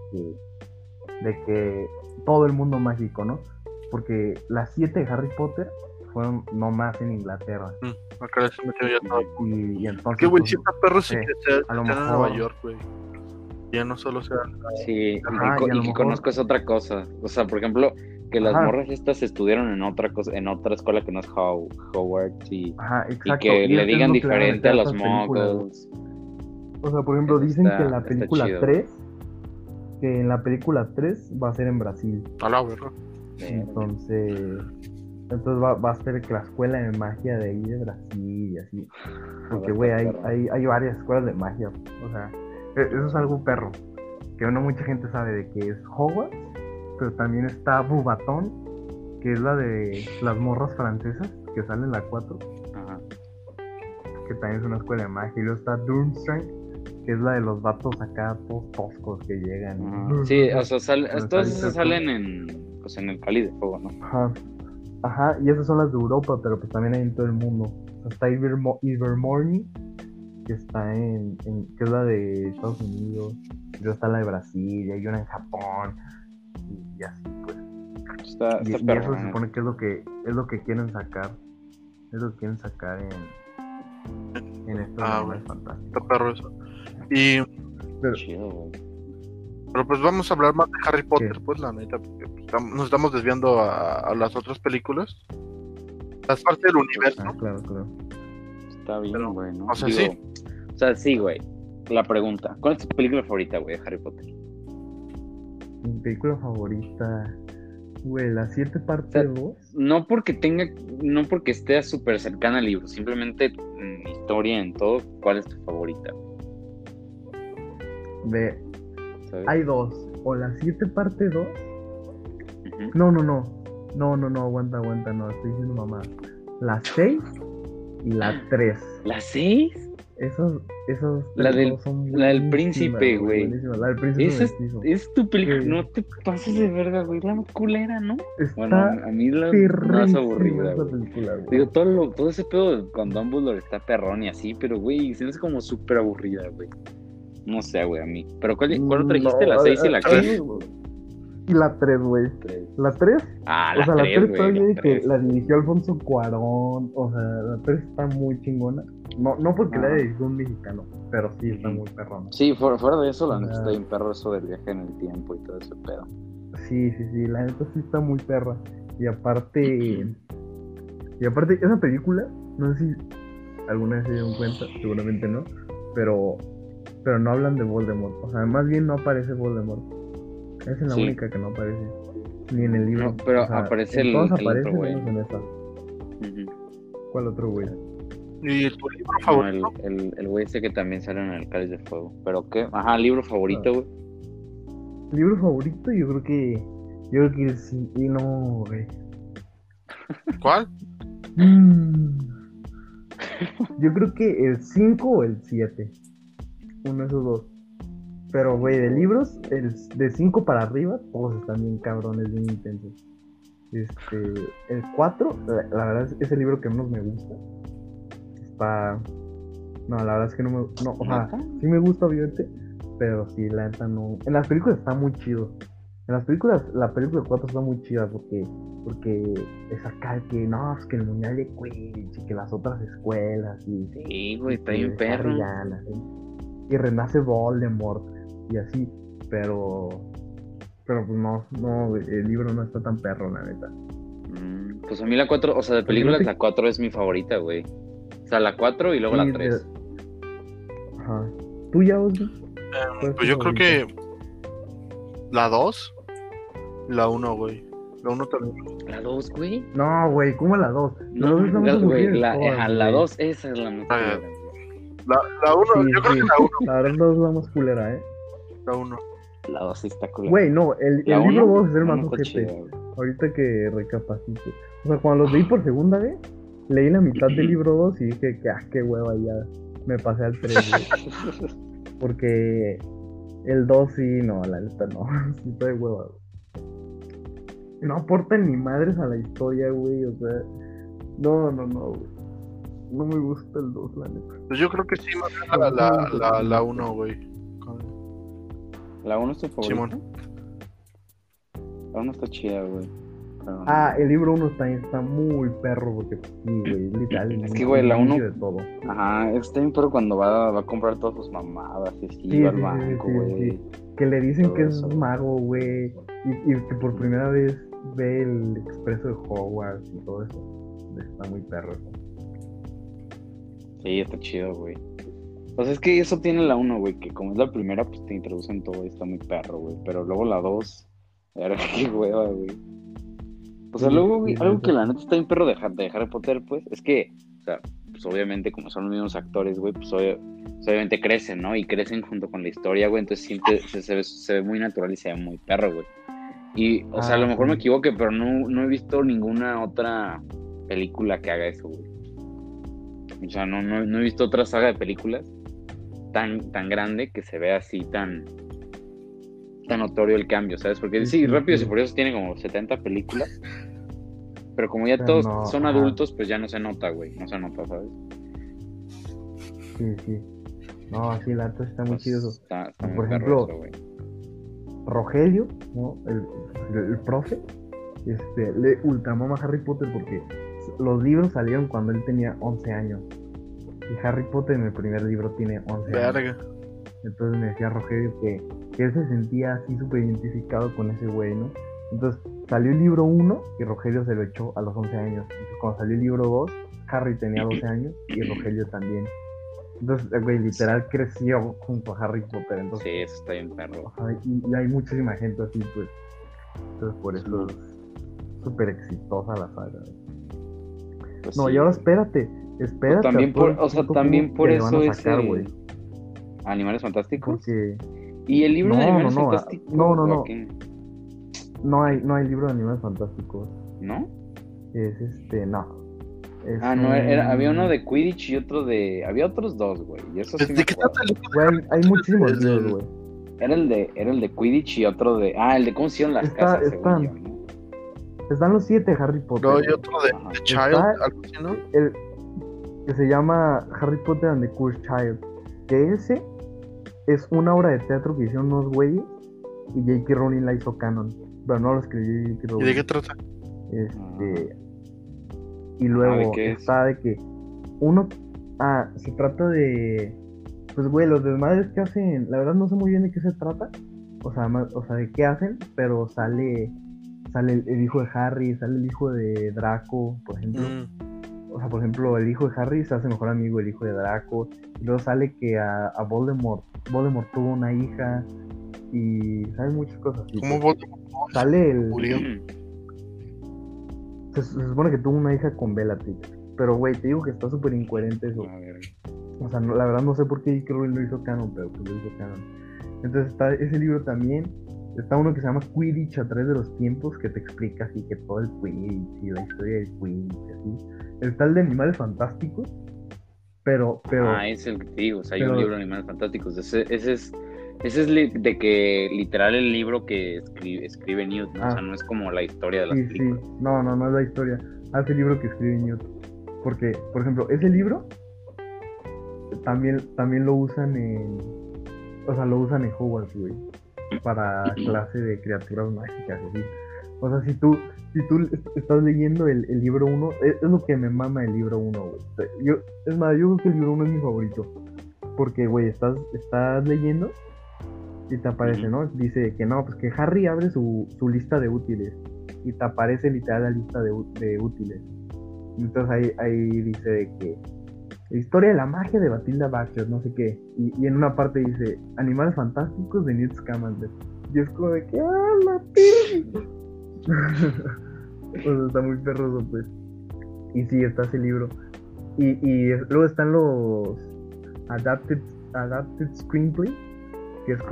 que todo el mundo mágico, ¿no? Porque las 7 de Harry Potter fueron nomás en Inglaterra. Acá se metió ya todo. Y entonces... ¿Qué, güey? Si estas perros sí sí, que a lo están en mejor- Nueva York, güey. Ya no solo sea... Sí, Ajá, y y a lo que mejor- conozco es otra cosa. O sea, por ejemplo, que las Ajá. morras estas estudiaron en otra cosa, en otra escuela que no es Hogwarts y exacto. que le es digan lo que le van diferente a meter los estas películas, güey. muggles. O sea, por ejemplo, Eso dicen está- que en la está película chido. 3, que en la película 3 va a ser en Brasil. A la verga. Entonces va a ser que la escuela de magia de ahí de Brasil y así. Porque, güey, hay varias escuelas de magia. O sea, eso es algo perro. Que no mucha gente sabe de que es Hogwarts, pero también está Beauxbatons, que es la de las morras francesas, que sale en la 4, Ajá. que también es una escuela de magia. Y luego está Durmstrang, que es la de los vatos acá todos toscos que llegan. Ajá. Sí, o sea, Pero todos está esos salen en el Cáliz de Fuego, ¿no? Ajá, y esas son las de Europa, pero pues también hay en todo el mundo. O sea, está Ilvermorny, que está que es la de Estados Unidos, y luego está la de Brasil, y hay una en Japón, y así pues. Está Y perro, eso se ¿no? supone que es lo que quieren sacar. Es lo que quieren sacar en estos Güey. animes fantásticos. Está perro eso. Y... Chido, güey. Pero pues vamos a hablar más de Harry Potter, ¿Qué? pues la neta, porque pues, nos estamos desviando a las otras películas. Las partes del universo. Claro. Está bien, Pero, güey, ¿no? o sea, Digo, sí. O sea, sí, güey. La pregunta, ¿cuál es tu película favorita, güey, de Harry Potter? Mi película favorita, güey, la 7 parte O sea, 2. No porque esté súper cercana al libro, simplemente en historia, en todo, ¿cuál es tu favorita? De ¿Sabes? Hay dos, o la 7 parte 2. Ujú. No, aguanta, no, estoy diciendo mamá. La 6 y la 3. ¿La 6? Esos La tres del- dos son la del buenísimas, príncipe, güey. buenísimas. La del príncipe Esa mestizo. es tu película, Sí. no te pases de verga, güey, la culera, ¿no? Está Bueno, a mí la más perrísima aburrida, esa güey. película, güey. Digo, todo ese pedo cuando Dumbledore está perrón y así, pero, güey, se me hace como súper aburrida, güey. No sé, güey, a mí. ¿Pero cuál otra dijiste? ¿La 6 y la 3? Y la 3, güey. La 3, Ah, o sea, la 3 güey, todavía la de que 3. la dirigió Alfonso Cuarón. O sea, la 3 está muy chingona. No porque la haya dirigido un mexicano, pero sí está muy perrona. Sí, fuera de eso, la neta Ah. está bien perro eso del viaje en el tiempo y todo ese pedo. Sí, la neta sí está muy perra. Y aparte, esa película, no sé si alguna vez se dieron cuenta, seguramente no, pero no hablan de Voldemort. O sea, más bien no aparece Voldemort. Esa es la Sí. única que no aparece. Ni en el libro. No, pero O sea, aparece en el todas otro aparece, güey. menos en esa. Ujú. ¿Cuál otro güey? ¿Y tu libro No, favorito? el güey ese que también sale en el Cáliz de Fuego. ¿Pero qué? Ajá, libro favorito, güey. Libro favorito, yo creo que sí. Y no, güey. ¿Cuál? Yo creo que el 5 o el 7. Uno de esos dos. Pero, güey, de libros, de 5 para arriba, todos están bien cabrones, bien intensos. El 4, la verdad es el libro que menos me gusta. Está... No, la verdad es que no me... No, o sea, sí me gusta, obviamente, pero sí, la neta no... En las películas está muy chido. En las películas, la película 4 está muy chida porque es acá que no, es que el mundial de Quidditch y que las otras escuelas y... Sí, güey, está y bien perro. Harry gana, ¿sí? Y renace Voldemort y así, pero pues no, el libro no está tan perro, la neta. Pues a mí la 4, o sea, de películas la 4 es mi favorita, güey. O sea, la 4 y luego Sí, la 3. Ajá. ¿Tú ya, Osby? Pues yo creo que la 2, la 1, güey. La 1 también. ¿La 2, güey? No, güey, ¿cómo la 2? No, güey, la 2, esa es la mejor. La 1, Sí, yo creo sí. que la 1. La verdad, la 2 es la más culera, La 1. La 2 sí está cool. Güey, no, el La libro uno, 2 es el la más uno está ojete. chida, güey. Ahorita que recapacito. O sea, cuando los leí por segunda vez, leí la mitad del libro 2 y dije que, qué hueva, ya me pasé al 3, güey. Porque el 2 sí, no, la neta no. Sí está de hueva, güey. no aportan ni madres a la historia, güey, o sea, no, güey. No me gusta el 2, la neta. Pues yo creo que sí, más la 1, güey. ¿La 1 es tu favorita? Simón. La 1 está chida, güey. Pero... El libro 1 está muy perro, porque sí, güey, literal. Es que, güey, la 1... de todo. Aja, está bien perro cuando va a comprar todas sus mamadas y así, va al banco, güey. Sí. Que le dicen todo que eso, es mago, güey, y que por primera vez ve el expreso de Hogwarts y todo eso. Está muy perro eso. Sí, está chido, güey. O sea, es que eso tiene la 1, güey, que como es la primera, pues te introducen todo y está muy perro, güey. Pero luego la 2, era qué hueva, güey. O sea, luego, güey, algo que la neta está bien perro de Harry Potter, pues, es que, o sea, pues obviamente como son los mismos actores, güey, pues obviamente crecen, ¿no? Y crecen junto con la historia, güey, entonces siempre se ve muy natural y se ve muy perro, güey. Y, o sea, a lo mejor me equivoqué, pero no he visto ninguna otra película que haga eso, güey. O sea, no he visto otra saga de películas tan grande que se vea así tan notorio el cambio, ¿sabes? Porque sí, Rápidos y Furiosos tiene como 70 películas, pero como ya todos son adultos, pues ya no se nota, güey, no se nota, ¿sabes? Sí. No, sí, la neta está muy chido eso. Está muy por ejemplo, eso, güey. Rogelio, ¿no? El profe, le ultramama a Harry Potter porque los libros salieron cuando él tenía 11 años. Y Harry Potter en el primer libro tiene 11 años. Entonces me decía Rogelio que él se sentía así súper identificado con ese güey, ¿no? Entonces salió el libro 1 y Rogelio se lo echó a los 11 años. Entonces cuando salió el libro 2, Harry tenía 12 años y Rogelio también. Entonces, güey, literal creció junto a Harry Potter. Entonces, sí, eso está bien perro. Y hay muchísima gente así, pues. Entonces por eso es súper exitosa la saga. Pues no, sí, y ahora güey. espérate. También por eso es güey. Animales Fantásticos. Porque... ¿Y el libro de Animales Fantásticos? No. No hay libro de Animales Fantásticos. ¿No? No. Había uno de Quidditch y otro de... Había otros dos, güey. Y eso sí ¿De qué trata el libro? Güey, hay muchísimos libros, güey. Era el de Quidditch y otro de... el de cómo hicieron las casas, según yo, ¿no? Están los 7 de Harry Potter. No, hay otro de Child, algo así, ¿no? Que se llama Harry Potter and the Cursed Child. Que ese es una obra de teatro que hicieron unos güeyes y J.K. Rowling la hizo canon. Pero no lo escribió J.K. Rowling. ¿Y de qué trata? Y luego ¿de qué está de que uno... se trata de... Pues güey, los desmadres que hacen... La verdad no sé muy bien de qué se trata. O sea, de qué hacen. Pero sale el hijo de Harry, sale el hijo de Draco, por ejemplo. O sea, por ejemplo, el hijo de Harry se hace mejor amigo del hijo de Draco. Y luego sale que a Voldemort tuvo una hija. Y saben muchas cosas así. ¿Cómo Voldemort? Sale Murió. Se supone que tuvo una hija con Bellatrix. Pero, güey, te digo que está súper incoherente eso. O sea, la verdad no sé por qué Rowling lo hizo canon, pero pues lo hizo canon. Entonces está ese libro también. Está uno que se llama Quidditch a través de los tiempos, que te explica así que todo el Quidditch y la historia del Quidditch, así. Está el de Animales Fantásticos, pero... es el que te digo, o sea, hay un libro de Animales Fantásticos. Ese es de que literal el libro que escribe Newt, ¿no? O sea, no es como la historia de las películas. Sí, no es la historia. Es el libro que escribe Newt. Porque, por ejemplo, ese libro también lo usan en... O sea, lo usan en Hogwarts, güey. Para clase de criaturas mágicas, así. O sea, si tú estás leyendo el libro 1, es lo que me mama el libro 1, güey. Yo creo que el libro 1 es mi favorito. Porque, güey, estás leyendo y te aparece, ¿no? Dice que no, pues que Harry abre su lista de útiles. Y te aparece literal la lista de útiles. Entonces ahí dice de que la historia de la magia de Bathilda Baxter, no sé qué. Y en una parte dice Animales Fantásticos de Newt Scamander. Y es como de que la pija. Pues está muy perroso, pues. Y sí, está ese libro. Y luego están los Adapted Screenplay, que es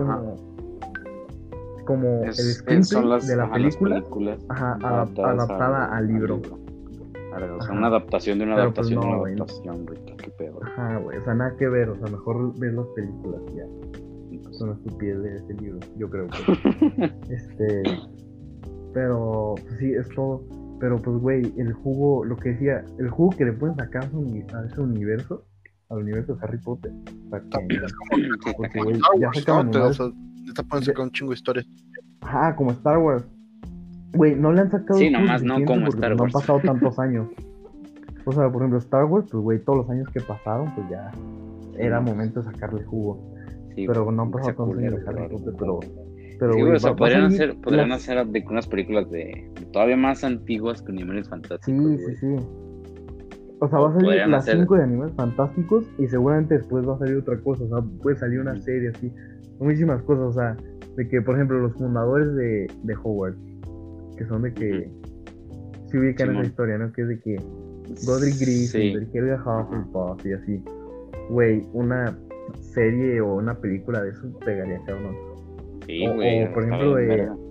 como el screenplay de la película, adaptada al libro. O sea, una adaptación de una adaptación de una adaptación, güey. Qué pedo. Ajá, güey. O sea, nada que ver. O sea, mejor ver las películas ya. Son estupidez de ese libro, yo creo que. Pero, pues sí, es todo. Pero, pues, güey, el jugo, lo que decía, el jugo que le pueden sacar a ese universo, al universo de Harry Potter. O sea, También que, es como porque, güey, Star ya Wars, sacaban ¿no? O animales. sea, te pueden sacar un chingo de historias. Ajá, como Star Wars. Güey, no le han sacado Sí, el jugo nomás no suficiente como porque Star pues, no han Wars. pasado tantos años. O sea, por ejemplo, Star Wars, pues, güey, todos los años que pasaron, pues ya era no, momento de sacarle jugo. Sí, Pero no han pasado sea tantos años de culero, Harry Potter, pero... pero Sí, güey, o sea, va a salir podrían las- hacer de unas películas de todavía más antiguas que Animales Fantásticos, Sí, güey. sí, sí. O sea, O va a salir podrían las hacer- 5 de Animales Fantásticos y seguramente después va a salir otra cosa. O sea, puede salir una serie así. Muchísimas cosas, o sea, de que, por ejemplo, los fundadores de Hogwarts, que son de que se ubican en Simón. esa historia, ¿no? Que es de que Godric Gryffindor, Sí. Helga Hufflepuff y así. Güey, una serie o una película de eso pegaría, cabrón. Sí, O- güey. o, por está ejemplo, bien de- verga.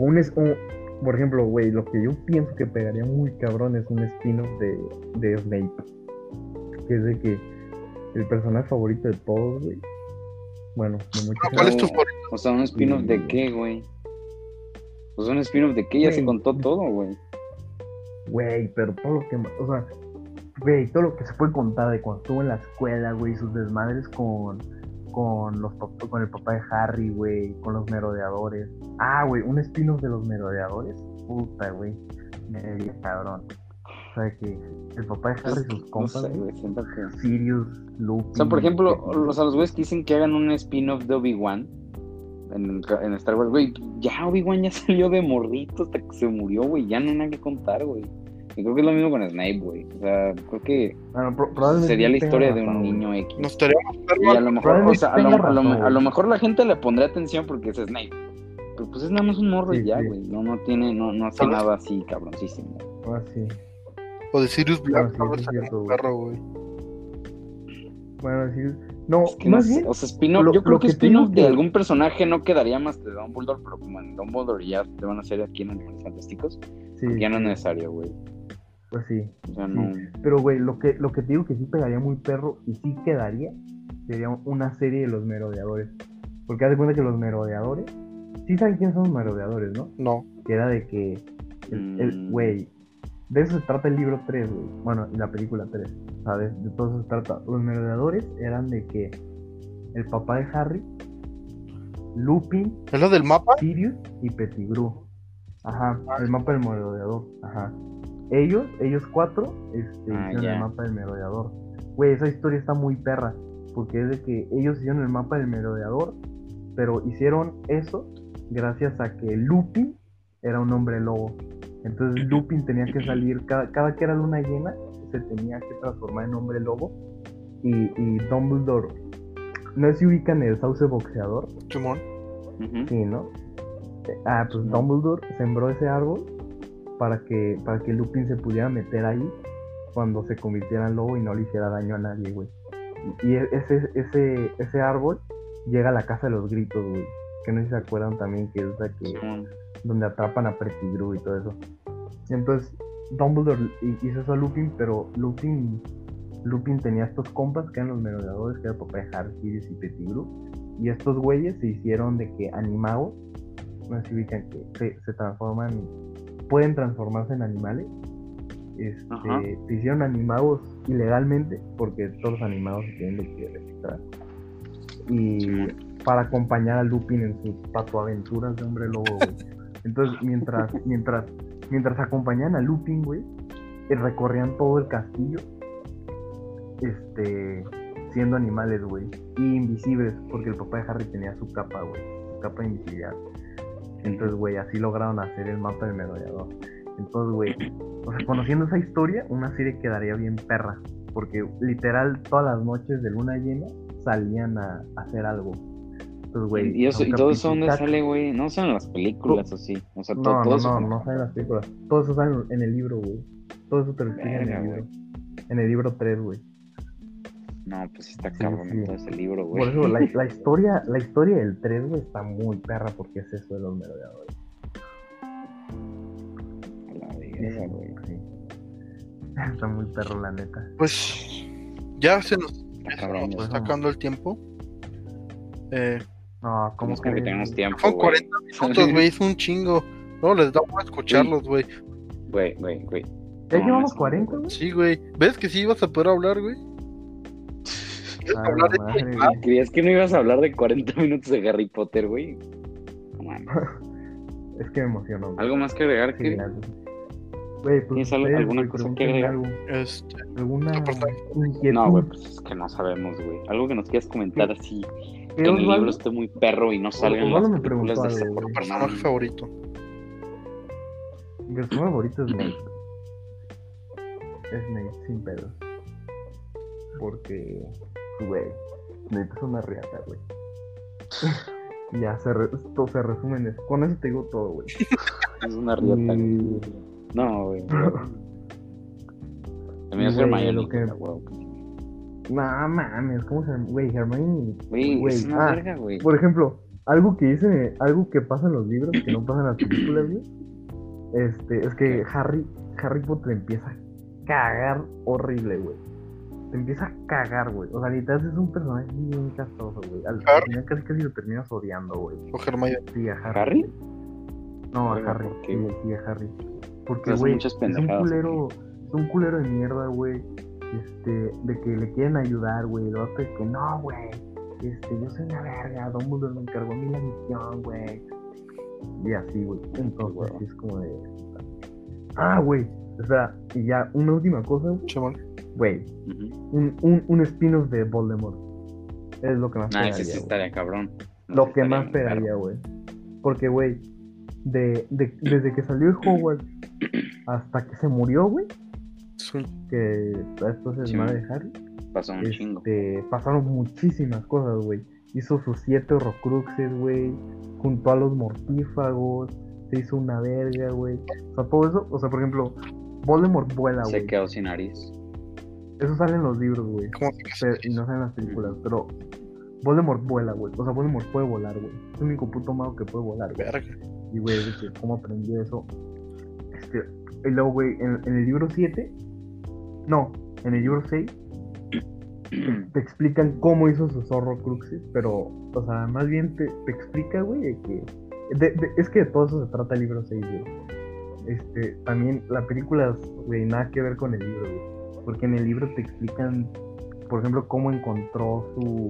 Por ejemplo, güey, lo que yo pienso que pegaría muy cabrón es un spin-off de Snape. Que es de que el personaje favorito de todos, güey. Bueno, de muchos. ¿Cuál es tu No, favorito? O sea, un spin-off de qué, güey. O sea, un spin-off de qué, ya se Güey. contó todo, güey. Güey, pero todo lo que. O sea, güey, todo lo que se puede contar de cuando estuvo en la escuela, güey, sus desmadres con el papá de Harry, güey, con los merodeadores. Ah, güey, un spin-off de los merodeadores. Puta, güey. Me diría cabrón. O sea, que el papá de Harry y sus No compas, sé, güey, güey, siento que... Sirius, Lupin. O sea, por ejemplo, los güeyes que dicen que hagan un spin-off de Obi-Wan en Star Wars, güey, ya Obi-Wan ya salió de morrito hasta que se murió, güey, ya no hay nada que contar, güey. Y creo que es lo mismo con Snape, güey. O sea, creo que Bueno, probablemente sería la tenga historia de razón, un güey. niño X. Nos estaríamos Y a lo mejor, o sea, Probablemente tenga razón, a lo güey. mejor la gente le pondría atención porque es Snape. Pero pues es nada más un morro Sí, y ya, sí. güey. No hace ¿Sabes? nada así cabroncísimo. Ah, sí. O de Sirius Black, Bueno, ¿no? sí, es Estaría cierto, un güey. perro, güey. Bueno, sí. No, Es que no más sé, bien. o sea, spin-off, lo- yo creo lo que que te digo spin-off de que- algún personaje no quedaría más que de Dumbledore, pero como en Dumbledore ya te van a hacer aquí en Animales Fantásticos, Sí, ya no es sí, necesario, güey. pues sí. O sea, Sí. no... Pero, güey, lo que te digo que sí pegaría muy perro y sí quedaría sería una serie de los merodeadores. Porque haz de cuenta que los merodeadores, sí saben quiénes son los merodeadores, ¿no? No. Que era de que, güey, de eso se trata el libro 3, güey. Bueno, y la película 3, ¿sabes? De todo eso se trata. Los merodeadores eran de que el papá de Harry, Lupin, ¿Es lo del mapa? Sirius y Pettigrew. Ajá, el mapa del merodeador. Ajá. Ellos 4, hicieron ya. el mapa del merodeador. Güey, esa historia está muy perra. Porque es de que ellos hicieron el mapa del merodeador, pero hicieron eso gracias a que Lupin era un hombre lobo. Entonces Lupin tenía que salir, cada que era luna llena, se tenía que transformar en hombre lobo. Y Dumbledore, no sé si ubican el sauce boxeador. Simón. Ujú. Sí, ¿no? Pues Dumbledore sembró ese árbol para que Lupin se pudiera meter ahí cuando se convirtiera en lobo y no le hiciera daño a nadie, güey. Y ese árbol llega a la casa de los gritos, güey. Que no sé si se acuerdan también que es la que Simón. donde atrapan a Pettigrew y todo eso. Entonces, Dumbledore hizo eso a Lupin, pero Lupin tenía estos compas que eran los merodeadores, que era el papá de Harry, Sirius y Pettigrew. Y estos güeyes se hicieron de que animagos, no sé si ubican que se transforman, pueden transformarse en animales. Ajá. Se hicieron animagos ilegalmente, porque todos los animagos se tienen de que registrar. Y para acompañar a Lupin en sus patoaventuras de hombre lobo, güey. Entonces, mientras acompañaban a Lupin, güey, recorrían todo el castillo, siendo animales, güey, y invisibles, porque el papá de Harry tenía su capa, güey, su capa de invisibilidad. Entonces, güey, así lograron hacer el mapa del merodeador. Entonces, güey, o sea, conociendo esa historia, una serie quedaría bien perra, porque literal todas las noches de luna llena salían a hacer algo. Entonces, güey, ¿Y todo eso dónde Cacho. sale, güey? No son en las películas o sí. O sea, todo No eso. sale en las películas. Todo eso sale en el libro, güey. Todo eso te lo explican en Verga, el libro. En el libro 3, güey. No, pues sí está Sí, cabrón sí. entonces el libro, güey. Por eso la historia del 3, güey, está muy perra porque es eso de los merodeadores. A la verga, güey. Sí. Está muy perro, la neta. Pues ya se nos Está cabrón, está güey. sacando el tiempo. No, ¿cómo Es como que tenemos tiempo, Son güey. 40 minutos, güey, es un chingo. No, les da para escucharlos, güey. Güey. ¿Ya No, llevamos no, 40, güey? Sí, güey. ¿Ves que sí ibas a poder hablar, güey? ¿Quieres Ah, hablar de la madre, esto? güey. ¿Creías que no ibas a hablar de 40 minutos de Harry Potter, güey? No mames. Es que me emocionó, güey. ¿Algo más que agregar, Sí, Kevin? gracias. Güey, pues ¿Tienes ustedes, alguna güey, cosa que pregúntenme agregar? algo. ¿Alguna Reportaje. inquietud? No, güey, pues es que no sabemos, güey. Algo que nos quieras comentar así, que en el Osvaldo? libro esté muy perro y no salgan Osvaldo las me películas de preguntó algo, ese güey. Personaje favorito. Mi personaje favorito es Nate. Es Nate, sin pedos. Porque, güey, Nate es una riata, güey. Ya, esto se resume en eso. Con eso te digo todo, güey. Es una riata, Y- güey. No, güey. También es Güey, Hermione, lo que- güey. No mames, ¿cómo se llama? Güey, Hermione. Güey, es una ah, verga, güey. Por ejemplo, algo que pasa en los libros, que no pasa en las películas, güey. Es que Harry Potter empieza a cagar horrible, güey. Te empieza a cagar, güey. O sea, literal es un personaje bien castroso, güey. Al final casi lo terminas odiando, güey. O Hermione. Sí, a Harry. ¿Harry? No, a Verga, Harry. ¿por qué, Sí, güey? sí, a Harry. Porque, Hace güey, muchas es un pendejadas, culero. Es un culero de mierda, güey. De que le quieren ayudar, güey. Lo otro es que no, güey. Yo soy una verga. Dumbledore me encargó a mí la misión, güey. Y así, güey. Entonces, Huevo. sí es como de. Ah, güey. Espera, y ya, una última cosa, güey. Simón. Güey, Ujú. un spin-off de Voldemort. Es lo que más Nah, pegaría, ese sí güey. estaría cabrón. Lo Ese que estaría más muy pegaría, perro. güey. Porque, güey, desde que salió de Hogwarts hasta que se murió, güey, Es un que después es Sí, madre de Harry, Pasó un chingo. pasaron muchísimas cosas, güey. Hizo sus 7 Horrocruxes, güey, juntó a los mortífagos, se hizo una verga, güey. O sea, todo eso, o sea, por ejemplo, Voldemort vuela, Se güey. quedó sin nariz. Eso sale en los libros, güey. ¿Cómo se Y no sale en las películas, pero Voldemort vuela, güey. O sea, Voldemort puede volar, güey. Es el único puto mago que puede volar, güey. Verga. Y, güey, de que cómo aprendió eso. Y luego, güey, en el libro 7, no, en el libro 6, te explican cómo hizo sus Horrocruxes, pero, o sea, más bien te explica, güey, de que. Es que de todo eso se trata el libro 6, güey. También la película, güey, nada que ver con el libro, güey. Porque en el libro te explican, por ejemplo, cómo encontró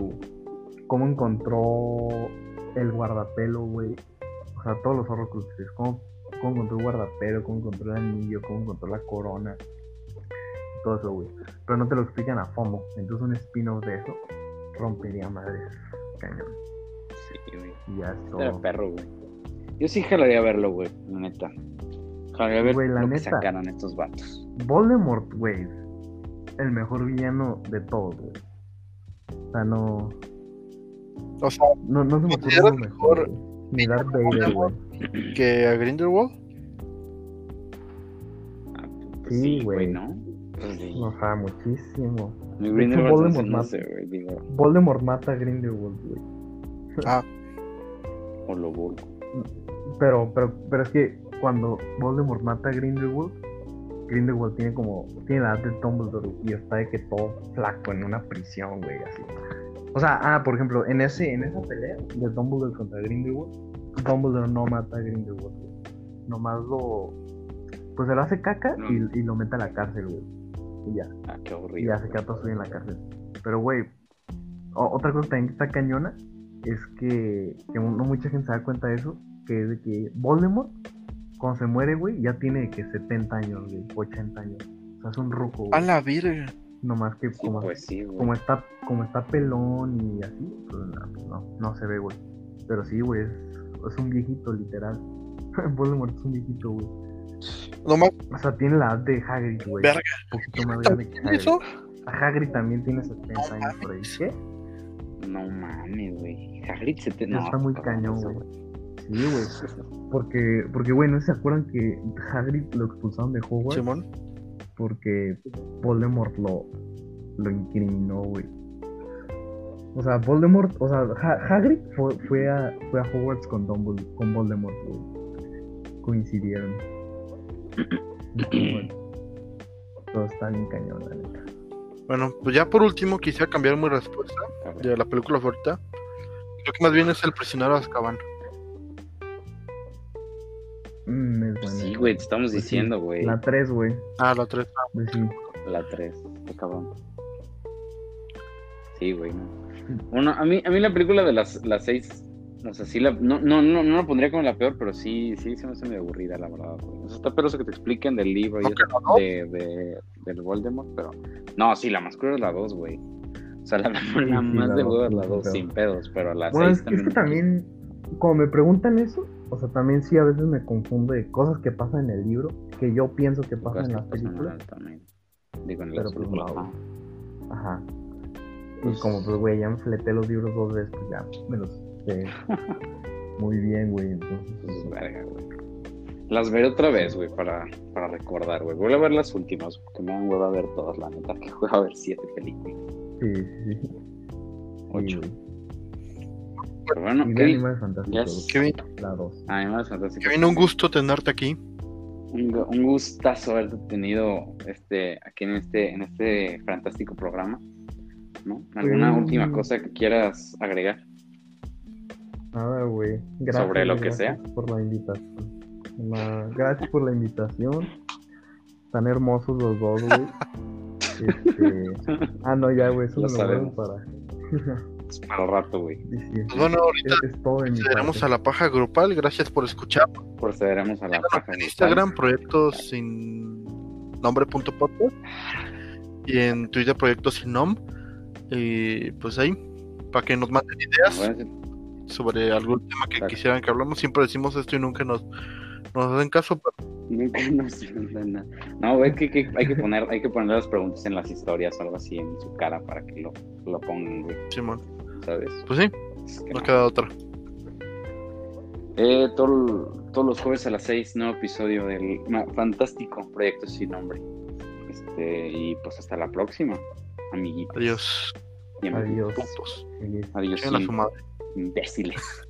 el guardapelo, güey. O sea, todos los Horrocruxes, cómo encontró el guardapelo, cómo encontró el anillo, cómo encontró la corona. Todo eso, güey. Pero no te lo explican a fondo. Entonces un spin-off de eso rompería madres. Cañón. Sí, güey. Y ya es Era todo. perro, güey. Yo sí jalaría a verlo, güey, la neta. Jalaría a ver Güey, la lo que neta. sacaron estos vatos. Voldemort, güey. El mejor villano de todos, güey. O sea, no O sea, se me ocurre ¿Consideras lo mejor, güey. Ni Darth Vader, güey. que a Grindelwald. Ah, pues Sí, sí, güey. güey, ¿no? Pues sí. O sea, muchísimo. Mi hecho, Grindelwald Voldemort no mata. sé, güey, digo, Voldemort mata a Grindelwald, güey. Ah, o lo burgo. Pero es que cuando Voldemort mata a Grindelwald tiene la edad de Dumbledore y está de que todo flaco en una prisión, güey, así. O sea, por ejemplo, en esa pelea de Dumbledore contra Grindelwald, Dumbledore no mata a Grindelwald, güey. Nomás pues se lo hace caca No. y lo mete a la cárcel, güey. Y ya. Ah, qué Y horrible. ya se queda todo en la cárcel. Pero, güey, otra cosa también que está cañona es que no mucha gente se da cuenta de eso, que es de que Voldemort, cuando se muere, güey, ya tiene de que 70 años, güey, 80 años. O sea, es un ruco, a güey. la virgen. Nomás que Sí, como, pues sí, güey. como está pelón y así, pues no se ve, güey. Pero sí, güey, es un viejito, literal. Voldemort es un viejito, güey. Nomás, O sea, tiene la edad de Hagrid, güey. verga. Un poquito más grande que Hagrid. ¿Eso? A Hagrid también tiene 70 años por ahí. ¿Qué? No mames, güey. Hagrid se te... Ya No, está muy cabrón, cañón, eso, güey. Sí, güey. Porque, güey, ¿no se acuerdan que Hagrid lo expulsaron de Hogwarts? Simón. Porque Voldemort lo incriminó, güey. O sea, Voldemort, o sea, Hagrid fue a Hogwarts con Voldemort, güey. Coincidieron. En Hogwarts. Todo está bien cañón, la neta. Bueno, pues ya por último quisiera cambiar mi respuesta cabrón. de la película favorita. Creo que más bien es El prisionero de Azkaban. Es buena. Sí, güey, te estamos Pues sí, diciendo, güey. La 3, güey. Ah, la 3. Pues sí. La 3, qué cabrón. Sí, güey, no. Bueno, a mí la película de las 6, o sea, sí no la pondría como la peor, pero sí se me hace medio aburrida, la verdad, güey. O sea, está peor eso que te expliquen del libro y eso, del Voldemort, pero... No, sí, la más cruel es la 2, güey. O sea, la más la de dos, huevo es sí, la sin 2, pedos. sin pedos, pero la Bueno, 6 es que también, como me preguntan eso, o sea, también sí a veces me confundo de cosas que pasan en el libro, que yo pienso que pasan en las películas. También. Digo, en Pero las pues películas, no, ajá. Ajá. Pues- Y como pues, güey, ya me fleté los libros 2 veces, pues ya me los sé muy bien, güey. Entonces, Pues, verga, güey. Las veré otra vez, güey, para recordar, güey. Voy a ver las últimas, porque me dan hueva a ver todas, la neta, que voy a ver 7 películas. sí. 8. Sí, Pero bueno, y de Kevin, Animales Fantásticos, Yes. Kevin, la 2. Animales Fantásticos. Kevin, un gusto tenerte aquí. Un gustazo haberte tenido aquí en este fantástico programa, ¿no? ¿Alguna última cosa que quieras agregar? Nada, güey. Gracias. Sobre lo que gracias sea. por la invitación. Gracias por la invitación. Tan hermosos los dos, güey. No, ya, güey, eso Lo me lo sabemos. guardo para... Es para el rato, güey. Sí, sí, Pues bueno, ahorita es todo de mi procederemos parte. a la paja grupal. Gracias por escuchar. Procederemos a la paja. En Instagram, proyectos sin nombre.podcast. Y en Twitter, proyectos sin nom. Y pues ahí, para que nos manden ideas Bueno, sobre algún tema que Exacto. quisieran que hablemos. Siempre decimos esto y nunca nos hacen caso. Pero nunca nos mandan nada. No, güey, que hay que poner las preguntas en las historias o algo así en su cara para que lo pongan, güey, Simón, ¿sabes? pues sí, Es que no queda otra. todos los jueves a las 6, nuevo episodio del fantástico Proyecto Sin Nombre. Y pues hasta la próxima, amiguitos. Adiós. Y amiguitos. Adiós. Puntos. Adiós, Chingan a su madre. imbéciles.